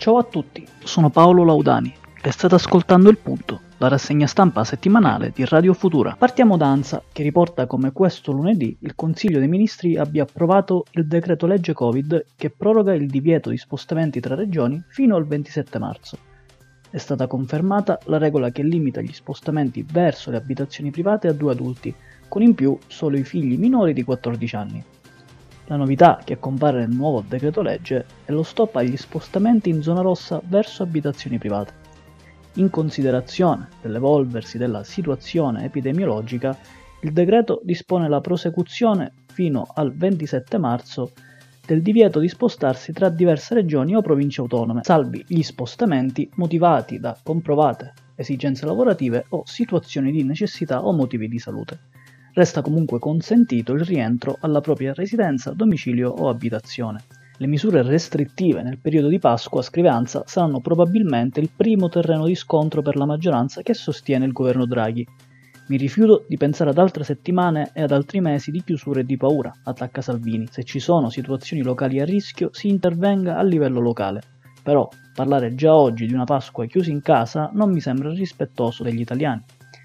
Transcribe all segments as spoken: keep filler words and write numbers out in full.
Ciao a tutti, sono Paolo Laudani e state ascoltando Il Punto, la rassegna stampa settimanale di Radio Futura. Partiamo da ANSA, che riporta come questo lunedì il Consiglio dei Ministri abbia approvato il decreto legge Covid che proroga il divieto di spostamenti tra regioni fino al ventisette marzo. È stata confermata la regola che limita gli spostamenti verso le abitazioni private a due adulti, con in più solo i figli minori di quattordici anni. La novità che compare nel nuovo decreto legge è lo stop agli spostamenti in zona rossa verso abitazioni private. In considerazione dell'evolversi della situazione epidemiologica, il decreto dispone la prosecuzione fino al ventisette marzo del divieto di spostarsi tra diverse regioni o province autonome, salvi gli spostamenti motivati da comprovate esigenze lavorative o situazioni di necessità o motivi di salute. Resta comunque consentito il rientro alla propria residenza, domicilio o abitazione. Le misure restrittive nel periodo di Pasqua, scrive ANSA, saranno probabilmente il primo terreno di scontro per la maggioranza che sostiene il governo Draghi. Mi rifiuto di pensare ad altre settimane e ad altri mesi di chiusure e di paura, attacca Salvini. Se ci sono situazioni locali a rischio, si intervenga a livello locale. Però parlare già oggi di una Pasqua chiusi in casa non mi sembra rispettoso degli italiani.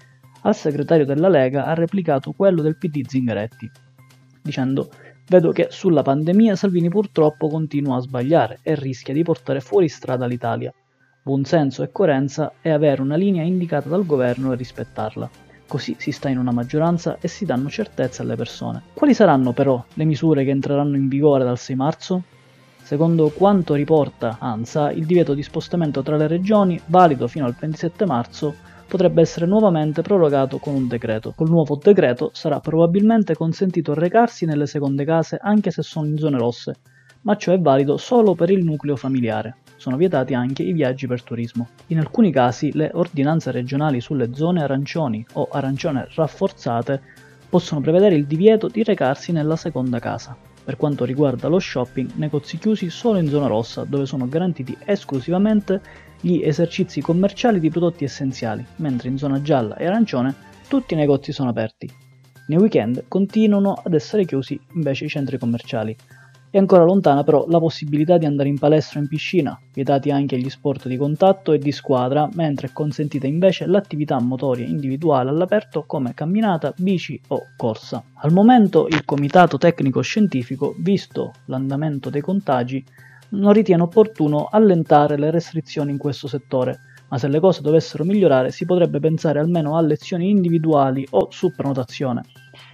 Al segretario della Lega ha replicato quello del P D Zingaretti, dicendo: vedo che sulla pandemia Salvini purtroppo continua a sbagliare e rischia di portare fuori strada l'Italia. Buonsenso e coerenza è avere una linea indicata dal governo e rispettarla. Così si sta in una maggioranza e si danno certezze alle persone. Quali saranno però le misure che entreranno in vigore dal sei marzo? Secondo quanto riporta ANSA, il divieto di spostamento tra le regioni, valido fino al ventisette marzo, potrebbe essere nuovamente prorogato con un decreto. Col nuovo decreto sarà probabilmente consentito recarsi nelle seconde case anche se sono in zone rosse, ma ciò è valido solo per il nucleo familiare. Sono vietati anche i viaggi per turismo. In alcuni casi le ordinanze regionali sulle zone arancioni o arancione rafforzate possono prevedere il divieto di recarsi nella seconda casa. Per quanto riguarda lo shopping, negozi chiusi solo in zona rossa, dove sono garantiti esclusivamente gli esercizi commerciali di prodotti essenziali, mentre in zona gialla e arancione tutti i negozi sono aperti. Nei weekend continuano ad essere chiusi invece i centri commerciali. È ancora lontana però la possibilità di andare in palestra o in piscina, vietati anche gli sport di contatto e di squadra, mentre è consentita invece l'attività motoria individuale all'aperto come camminata, bici o corsa. Al momento il Comitato Tecnico Scientifico, visto l'andamento dei contagi, non ritiene opportuno allentare le restrizioni in questo settore, ma se le cose dovessero migliorare si potrebbe pensare almeno a lezioni individuali o su prenotazione.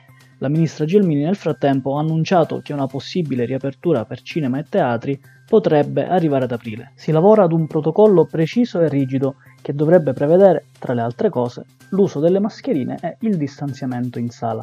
La ministra Gelmini nel frattempo ha annunciato che una possibile riapertura per cinema e teatri potrebbe arrivare ad aprile. Si lavora ad un protocollo preciso e rigido che dovrebbe prevedere, tra le altre cose, l'uso delle mascherine e il distanziamento in sala.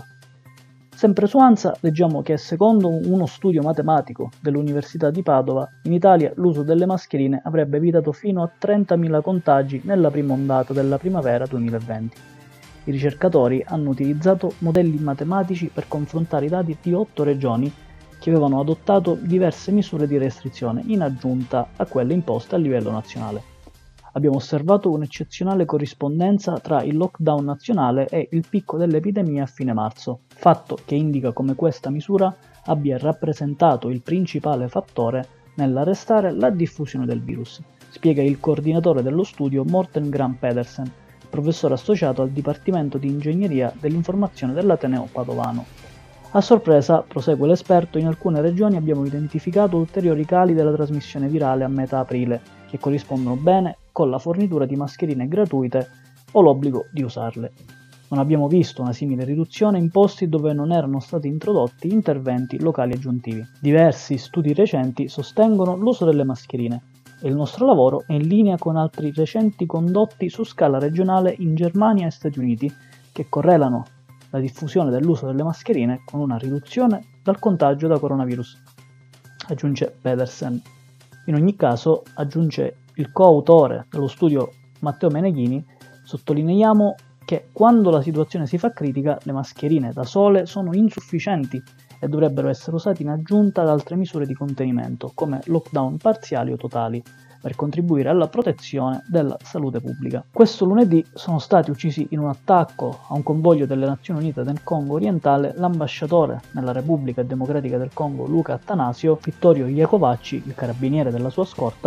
Sempre su ANSA leggiamo che secondo uno studio matematico dell'Università di Padova, in Italia l'uso delle mascherine avrebbe evitato fino a trentamila contagi nella prima ondata della primavera duemilaventi. I ricercatori hanno utilizzato modelli matematici per confrontare i dati di otto regioni che avevano adottato diverse misure di restrizione in aggiunta a quelle imposte a livello nazionale. Abbiamo osservato un'eccezionale corrispondenza tra il lockdown nazionale e il picco dell'epidemia a fine marzo, fatto che indica come questa misura abbia rappresentato il principale fattore nell'arrestare la diffusione del virus, spiega il coordinatore dello studio Morten Gram Pedersen, professore associato al Dipartimento di Ingegneria dell'Informazione dell'Ateneo Padovano. A sorpresa, prosegue l'esperto, in alcune regioni abbiamo identificato ulteriori cali della trasmissione virale a metà aprile, che corrispondono bene con la fornitura di mascherine gratuite o l'obbligo di usarle. Non abbiamo visto una simile riduzione in posti dove non erano stati introdotti interventi locali aggiuntivi. Diversi studi recenti sostengono l'uso delle mascherine e il nostro lavoro è in linea con altri recenti condotti su scala regionale in Germania e Stati Uniti che correlano la diffusione dell'uso delle mascherine con una riduzione dal contagio da coronavirus, aggiunge Pedersen. In ogni caso, aggiunge il coautore dello studio Matteo Meneghini, sottolineiamo che quando la situazione si fa critica le mascherine da sole sono insufficienti e dovrebbero essere usate in aggiunta ad altre misure di contenimento come lockdown parziali o totali per contribuire alla protezione della salute pubblica. Questo lunedì sono stati uccisi in un attacco a un convoglio delle Nazioni Unite del Congo orientale l'ambasciatore nella Repubblica Democratica del Congo Luca Attanasio, Vittorio Iacovacci, il carabiniere della sua scorta,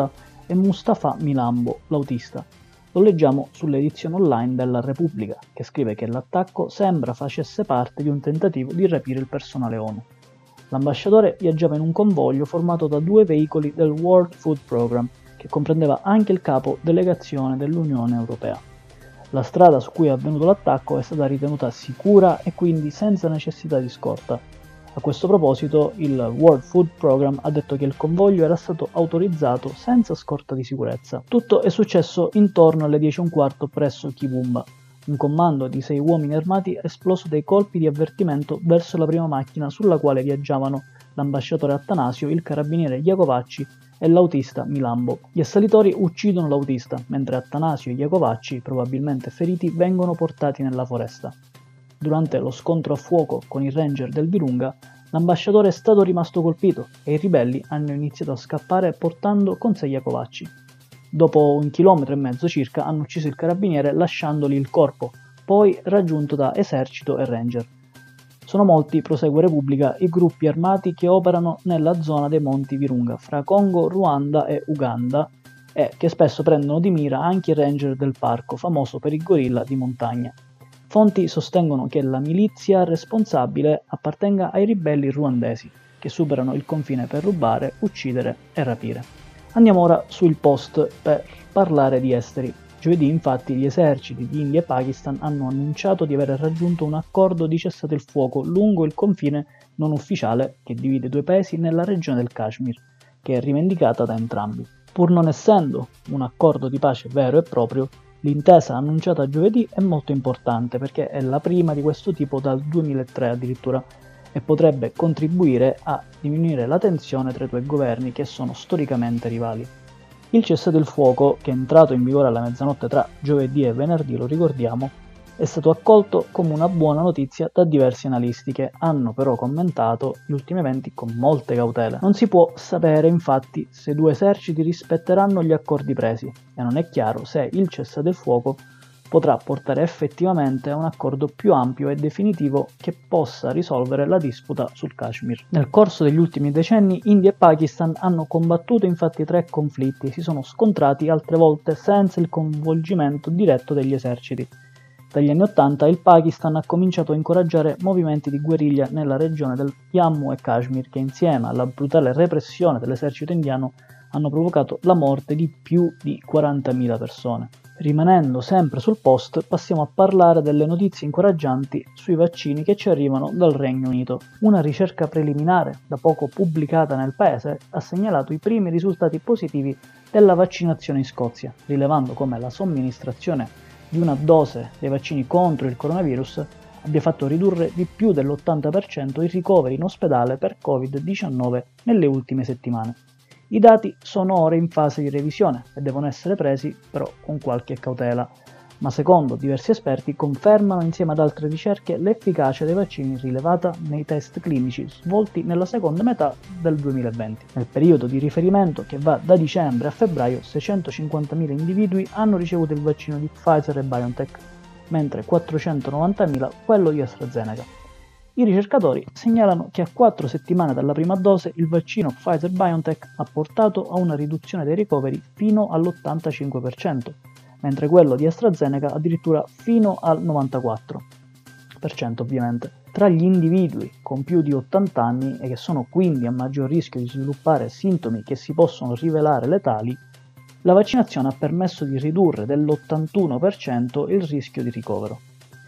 e Mustafa Milambo, l'autista. Lo leggiamo sull'edizione online della Repubblica, che scrive che l'attacco sembra facesse parte di un tentativo di rapire il personale ONU. L'ambasciatore viaggiava in un convoglio formato da due veicoli del World Food Programme, che comprendeva anche il capo delegazione dell'Unione Europea. La strada su cui è avvenuto l'attacco è stata ritenuta sicura e quindi senza necessità di scorta. A questo proposito, il World Food Programme ha detto che il convoglio era stato autorizzato senza scorta di sicurezza. Tutto è successo intorno alle dieci e un quarto presso Kibumba. Un comando di sei uomini armati ha esploso dei colpi di avvertimento verso la prima macchina sulla quale viaggiavano l'ambasciatore Attanasio, il carabiniere Iacovacci e l'autista Milambo. Gli assalitori uccidono l'autista, mentre Attanasio e Iacovacci, probabilmente feriti, vengono portati nella foresta. Durante lo scontro a fuoco con i ranger del Virunga, l'ambasciatore è stato rimasto colpito e i ribelli hanno iniziato a scappare portando con sé Iacovacci. Dopo un chilometro e mezzo circa hanno ucciso il carabiniere lasciandogli il corpo, poi raggiunto da esercito e ranger. Sono molti, prosegue Repubblica, i gruppi armati che operano nella zona dei monti Virunga, fra Congo, Ruanda e Uganda, e che spesso prendono di mira anche i ranger del parco, famoso per i gorilla di montagna. Fonti sostengono che la milizia responsabile appartenga ai ribelli ruandesi, che superano il confine per rubare, uccidere e rapire. Andiamo ora sul Post per parlare di esteri. Giovedì infatti gli eserciti di India e Pakistan hanno annunciato di aver raggiunto un accordo di cessate il fuoco lungo il confine non ufficiale che divide i due paesi nella regione del Kashmir, che è rivendicata da entrambi. Pur non essendo un accordo di pace vero e proprio, l'intesa annunciata giovedì è molto importante perché è la prima di questo tipo dal duemilatré addirittura e potrebbe contribuire a diminuire la tensione tra i due governi che sono storicamente rivali. Il cessate il fuoco, che è entrato in vigore alla mezzanotte tra giovedì e venerdì, lo ricordiamo, è stato accolto come una buona notizia da diversi analisti che hanno però commentato gli ultimi eventi con molte cautele. Non si può sapere infatti se i due eserciti rispetteranno gli accordi presi e non è chiaro se il cessate il fuoco potrà portare effettivamente a un accordo più ampio e definitivo che possa risolvere la disputa sul Kashmir. Nel corso degli ultimi decenni India e Pakistan hanno combattuto infatti tre conflitti e si sono scontrati altre volte senza il coinvolgimento diretto degli eserciti. Dagli anni Ottanta il Pakistan ha cominciato a incoraggiare movimenti di guerriglia nella regione del Jammu e Kashmir che insieme alla brutale repressione dell'esercito indiano hanno provocato la morte di più di quarantamila persone. Rimanendo sempre sul Post, passiamo a parlare delle notizie incoraggianti sui vaccini che ci arrivano dal Regno Unito. Una ricerca preliminare, da poco pubblicata nel paese, ha segnalato i primi risultati positivi della vaccinazione in Scozia, rilevando come la somministrazione di una dose dei vaccini contro il coronavirus abbia fatto ridurre di più dell'ottanta per cento i ricoveri in ospedale per covid diciannove nelle ultime settimane. I dati sono ora in fase di revisione e devono essere presi però con qualche cautela, ma secondo diversi esperti confermano insieme ad altre ricerche l'efficacia dei vaccini rilevata nei test clinici svolti nella seconda metà del duemilaventi. Nel periodo di riferimento, che va da dicembre a febbraio, seicentocinquantamila individui hanno ricevuto il vaccino di Pfizer e BioNTech, mentre quattrocentonovantamila quello di AstraZeneca. I ricercatori segnalano che a quattro settimane dalla prima dose il vaccino Pfizer-BioNTech ha portato a una riduzione dei ricoveri fino all'ottantacinque per cento, mentre quello di AstraZeneca addirittura fino al novantaquattro per cento ovviamente. Tra gli individui con più di ottanta anni e che sono quindi a maggior rischio di sviluppare sintomi che si possono rivelare letali, la vaccinazione ha permesso di ridurre dell'ottantuno per cento il rischio di ricovero.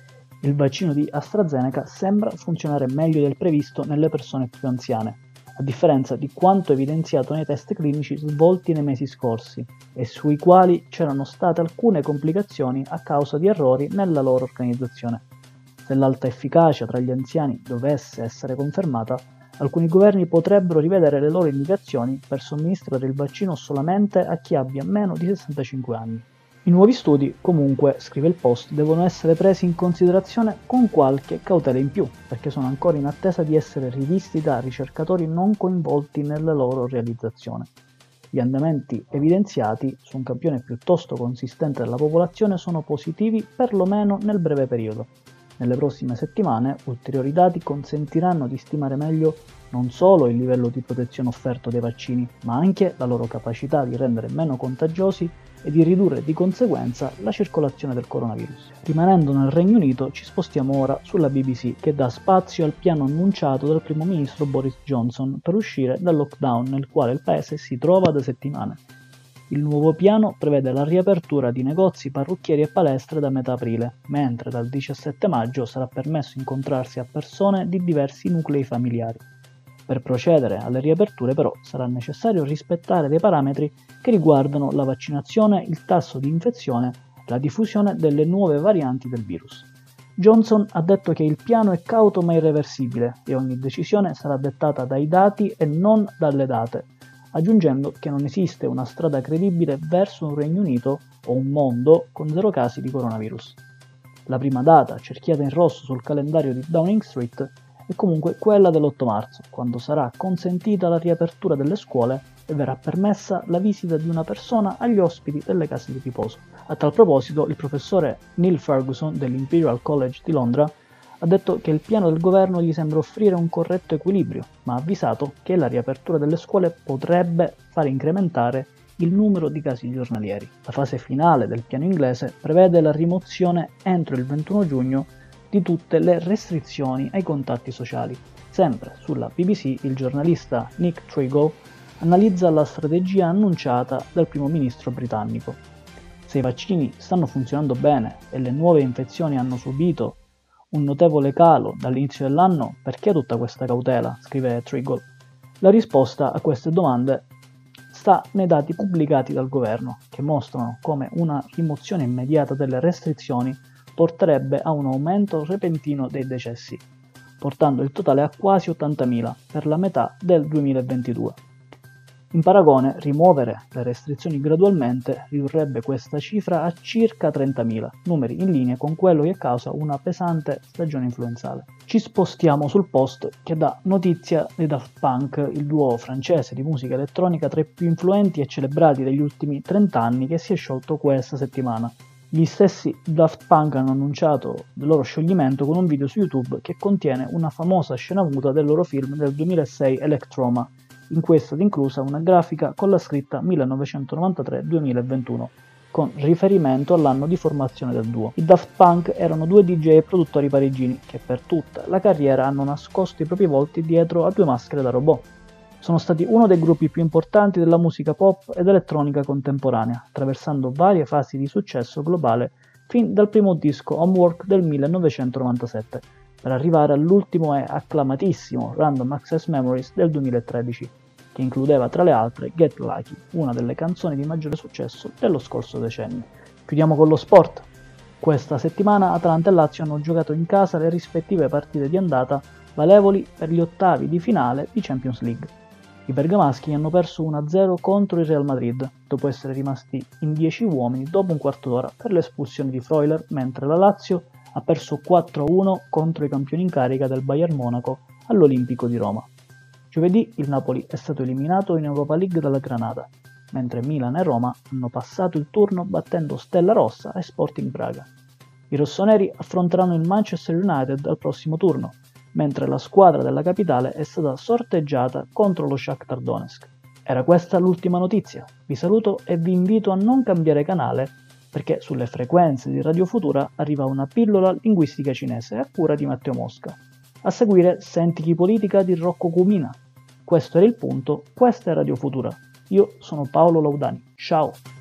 Il vaccino di AstraZeneca sembra funzionare meglio del previsto nelle persone più anziane, a differenza di quanto evidenziato nei test clinici svolti nei mesi scorsi e sui quali c'erano state alcune complicazioni a causa di errori nella loro organizzazione. Se l'alta efficacia tra gli anziani dovesse essere confermata, alcuni governi potrebbero rivedere le loro indicazioni per somministrare il vaccino solamente a chi abbia meno di sessantacinque anni. I nuovi studi, comunque, scrive il Post, devono essere presi in considerazione con qualche cautela in più, perché sono ancora in attesa di essere rivisti da ricercatori non coinvolti nella loro realizzazione. Gli andamenti evidenziati su un campione piuttosto consistente della popolazione sono positivi perlomeno nel breve periodo. Nelle prossime settimane ulteriori dati consentiranno di stimare meglio non solo il livello di protezione offerto dai vaccini, ma anche la loro capacità di rendere meno contagiosi e di ridurre di conseguenza la circolazione del coronavirus. Rimanendo nel Regno Unito, ci spostiamo ora sulla B B C, che dà spazio al piano annunciato dal primo ministro Boris Johnson per uscire dal lockdown nel quale il paese si trova da settimane. Il nuovo piano prevede la riapertura di negozi, parrucchieri e palestre da metà aprile, mentre dal diciassette maggio sarà permesso incontrarsi a persone di diversi nuclei familiari. Per procedere alle riaperture però sarà necessario rispettare dei parametri che riguardano la vaccinazione, il tasso di infezione e la diffusione delle nuove varianti del virus. Johnson ha detto che il piano è cauto ma irreversibile e ogni decisione sarà dettata dai dati e non dalle date, aggiungendo che non esiste una strada credibile verso un Regno Unito o un mondo con zero casi di coronavirus. La prima data, cerchiata in rosso sul calendario di Downing Street, è comunque quella dell'otto marzo, quando sarà consentita la riapertura delle scuole e verrà permessa la visita di una persona agli ospiti delle case di riposo. A tal proposito, il professore Neil Ferguson dell'Imperial College di Londra ha detto che il piano del governo gli sembra offrire un corretto equilibrio, ma ha avvisato che la riapertura delle scuole potrebbe far incrementare il numero di casi giornalieri. La fase finale del piano inglese prevede la rimozione entro il ventuno giugno di tutte le restrizioni ai contatti sociali. Sempre sulla B B C, il giornalista Nick Trigo analizza la strategia annunciata dal primo ministro britannico. Se i vaccini stanno funzionando bene e le nuove infezioni hanno subito un notevole calo dall'inizio dell'anno, perché tutta questa cautela? Scrive Trigo. La risposta a queste domande sta nei dati pubblicati dal governo, che mostrano come una rimozione immediata delle restrizioni porterebbe a un aumento repentino dei decessi, portando il totale a quasi ottantamila per la metà del duemilaventidue. In paragone, rimuovere le restrizioni gradualmente ridurrebbe questa cifra a circa trentamila, numeri in linea con quello che causa una pesante stagione influenzale. Ci spostiamo sul post che dà notizia dei Daft Punk, il duo francese di musica elettronica tra i più influenti e celebrati degli ultimi trenta anni, che si è sciolto questa settimana. Gli stessi Daft Punk hanno annunciato il loro scioglimento con un video su YouTube che contiene una famosa scena muta del loro film del duemilasei Electroma, in cui è stata inclusa una grafica con la scritta millenovecentonovantatré duemilaventuno, con riferimento all'anno di formazione del duo. I Daft Punk erano due D J e produttori parigini che per tutta la carriera hanno nascosto i propri volti dietro a due maschere da robot. Sono stati uno dei gruppi più importanti della musica pop ed elettronica contemporanea, attraversando varie fasi di successo globale fin dal primo disco Homework del millenovecentonovantasette, per arrivare all'ultimo e acclamatissimo Random Access Memories del duemilatredici, che includeva tra le altre Get Lucky, una delle canzoni di maggiore successo dello scorso decennio. Chiudiamo con lo sport. Questa settimana Atalanta e Lazio hanno giocato in casa le rispettive partite di andata valevoli per gli ottavi di finale di Champions League. I bergamaschi hanno perso uno a zero contro il Real Madrid, dopo essere rimasti in dieci uomini dopo un quarto d'ora per l'espulsione di Freuler, mentre la Lazio ha perso quattro a uno contro i campioni in carica del Bayern Monaco all'Olimpico di Roma. Giovedì il Napoli è stato eliminato in Europa League dalla Granada, mentre Milan e Roma hanno passato il turno battendo Stella Rossa e Sporting Braga. I rossoneri affronteranno il Manchester United al prossimo turno, mentre la squadra della capitale è stata sorteggiata contro lo Shakhtar Donetsk. Era questa l'ultima notizia. Vi saluto e vi invito a non cambiare canale, perché sulle frequenze di Radio Futura arriva una pillola linguistica cinese a cura di Matteo Mosca. A seguire Senti chi politica di Rocco Cumina. Questo era il punto, questa è Radio Futura. Io sono Paolo Laudani. Ciao!